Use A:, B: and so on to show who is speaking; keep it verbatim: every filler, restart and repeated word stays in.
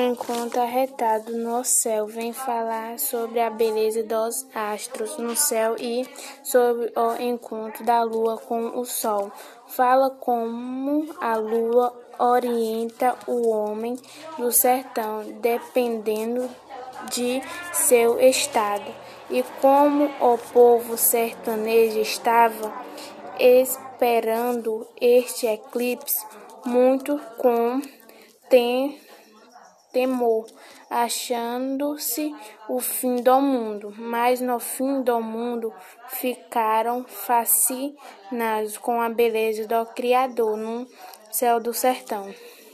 A: enquanto arretado no céu, vem falar sobre a beleza dos astros no céu e sobre o encontro da lua com o sol. Fala como a lua orienta o homem do sertão, dependendo de seu estado, e como o povo sertanejo estava esperando este eclipse muito com tem temor, achando-se o fim do mundo, mas no fim do mundo ficaram fascinados com a beleza do Criador no céu do sertão.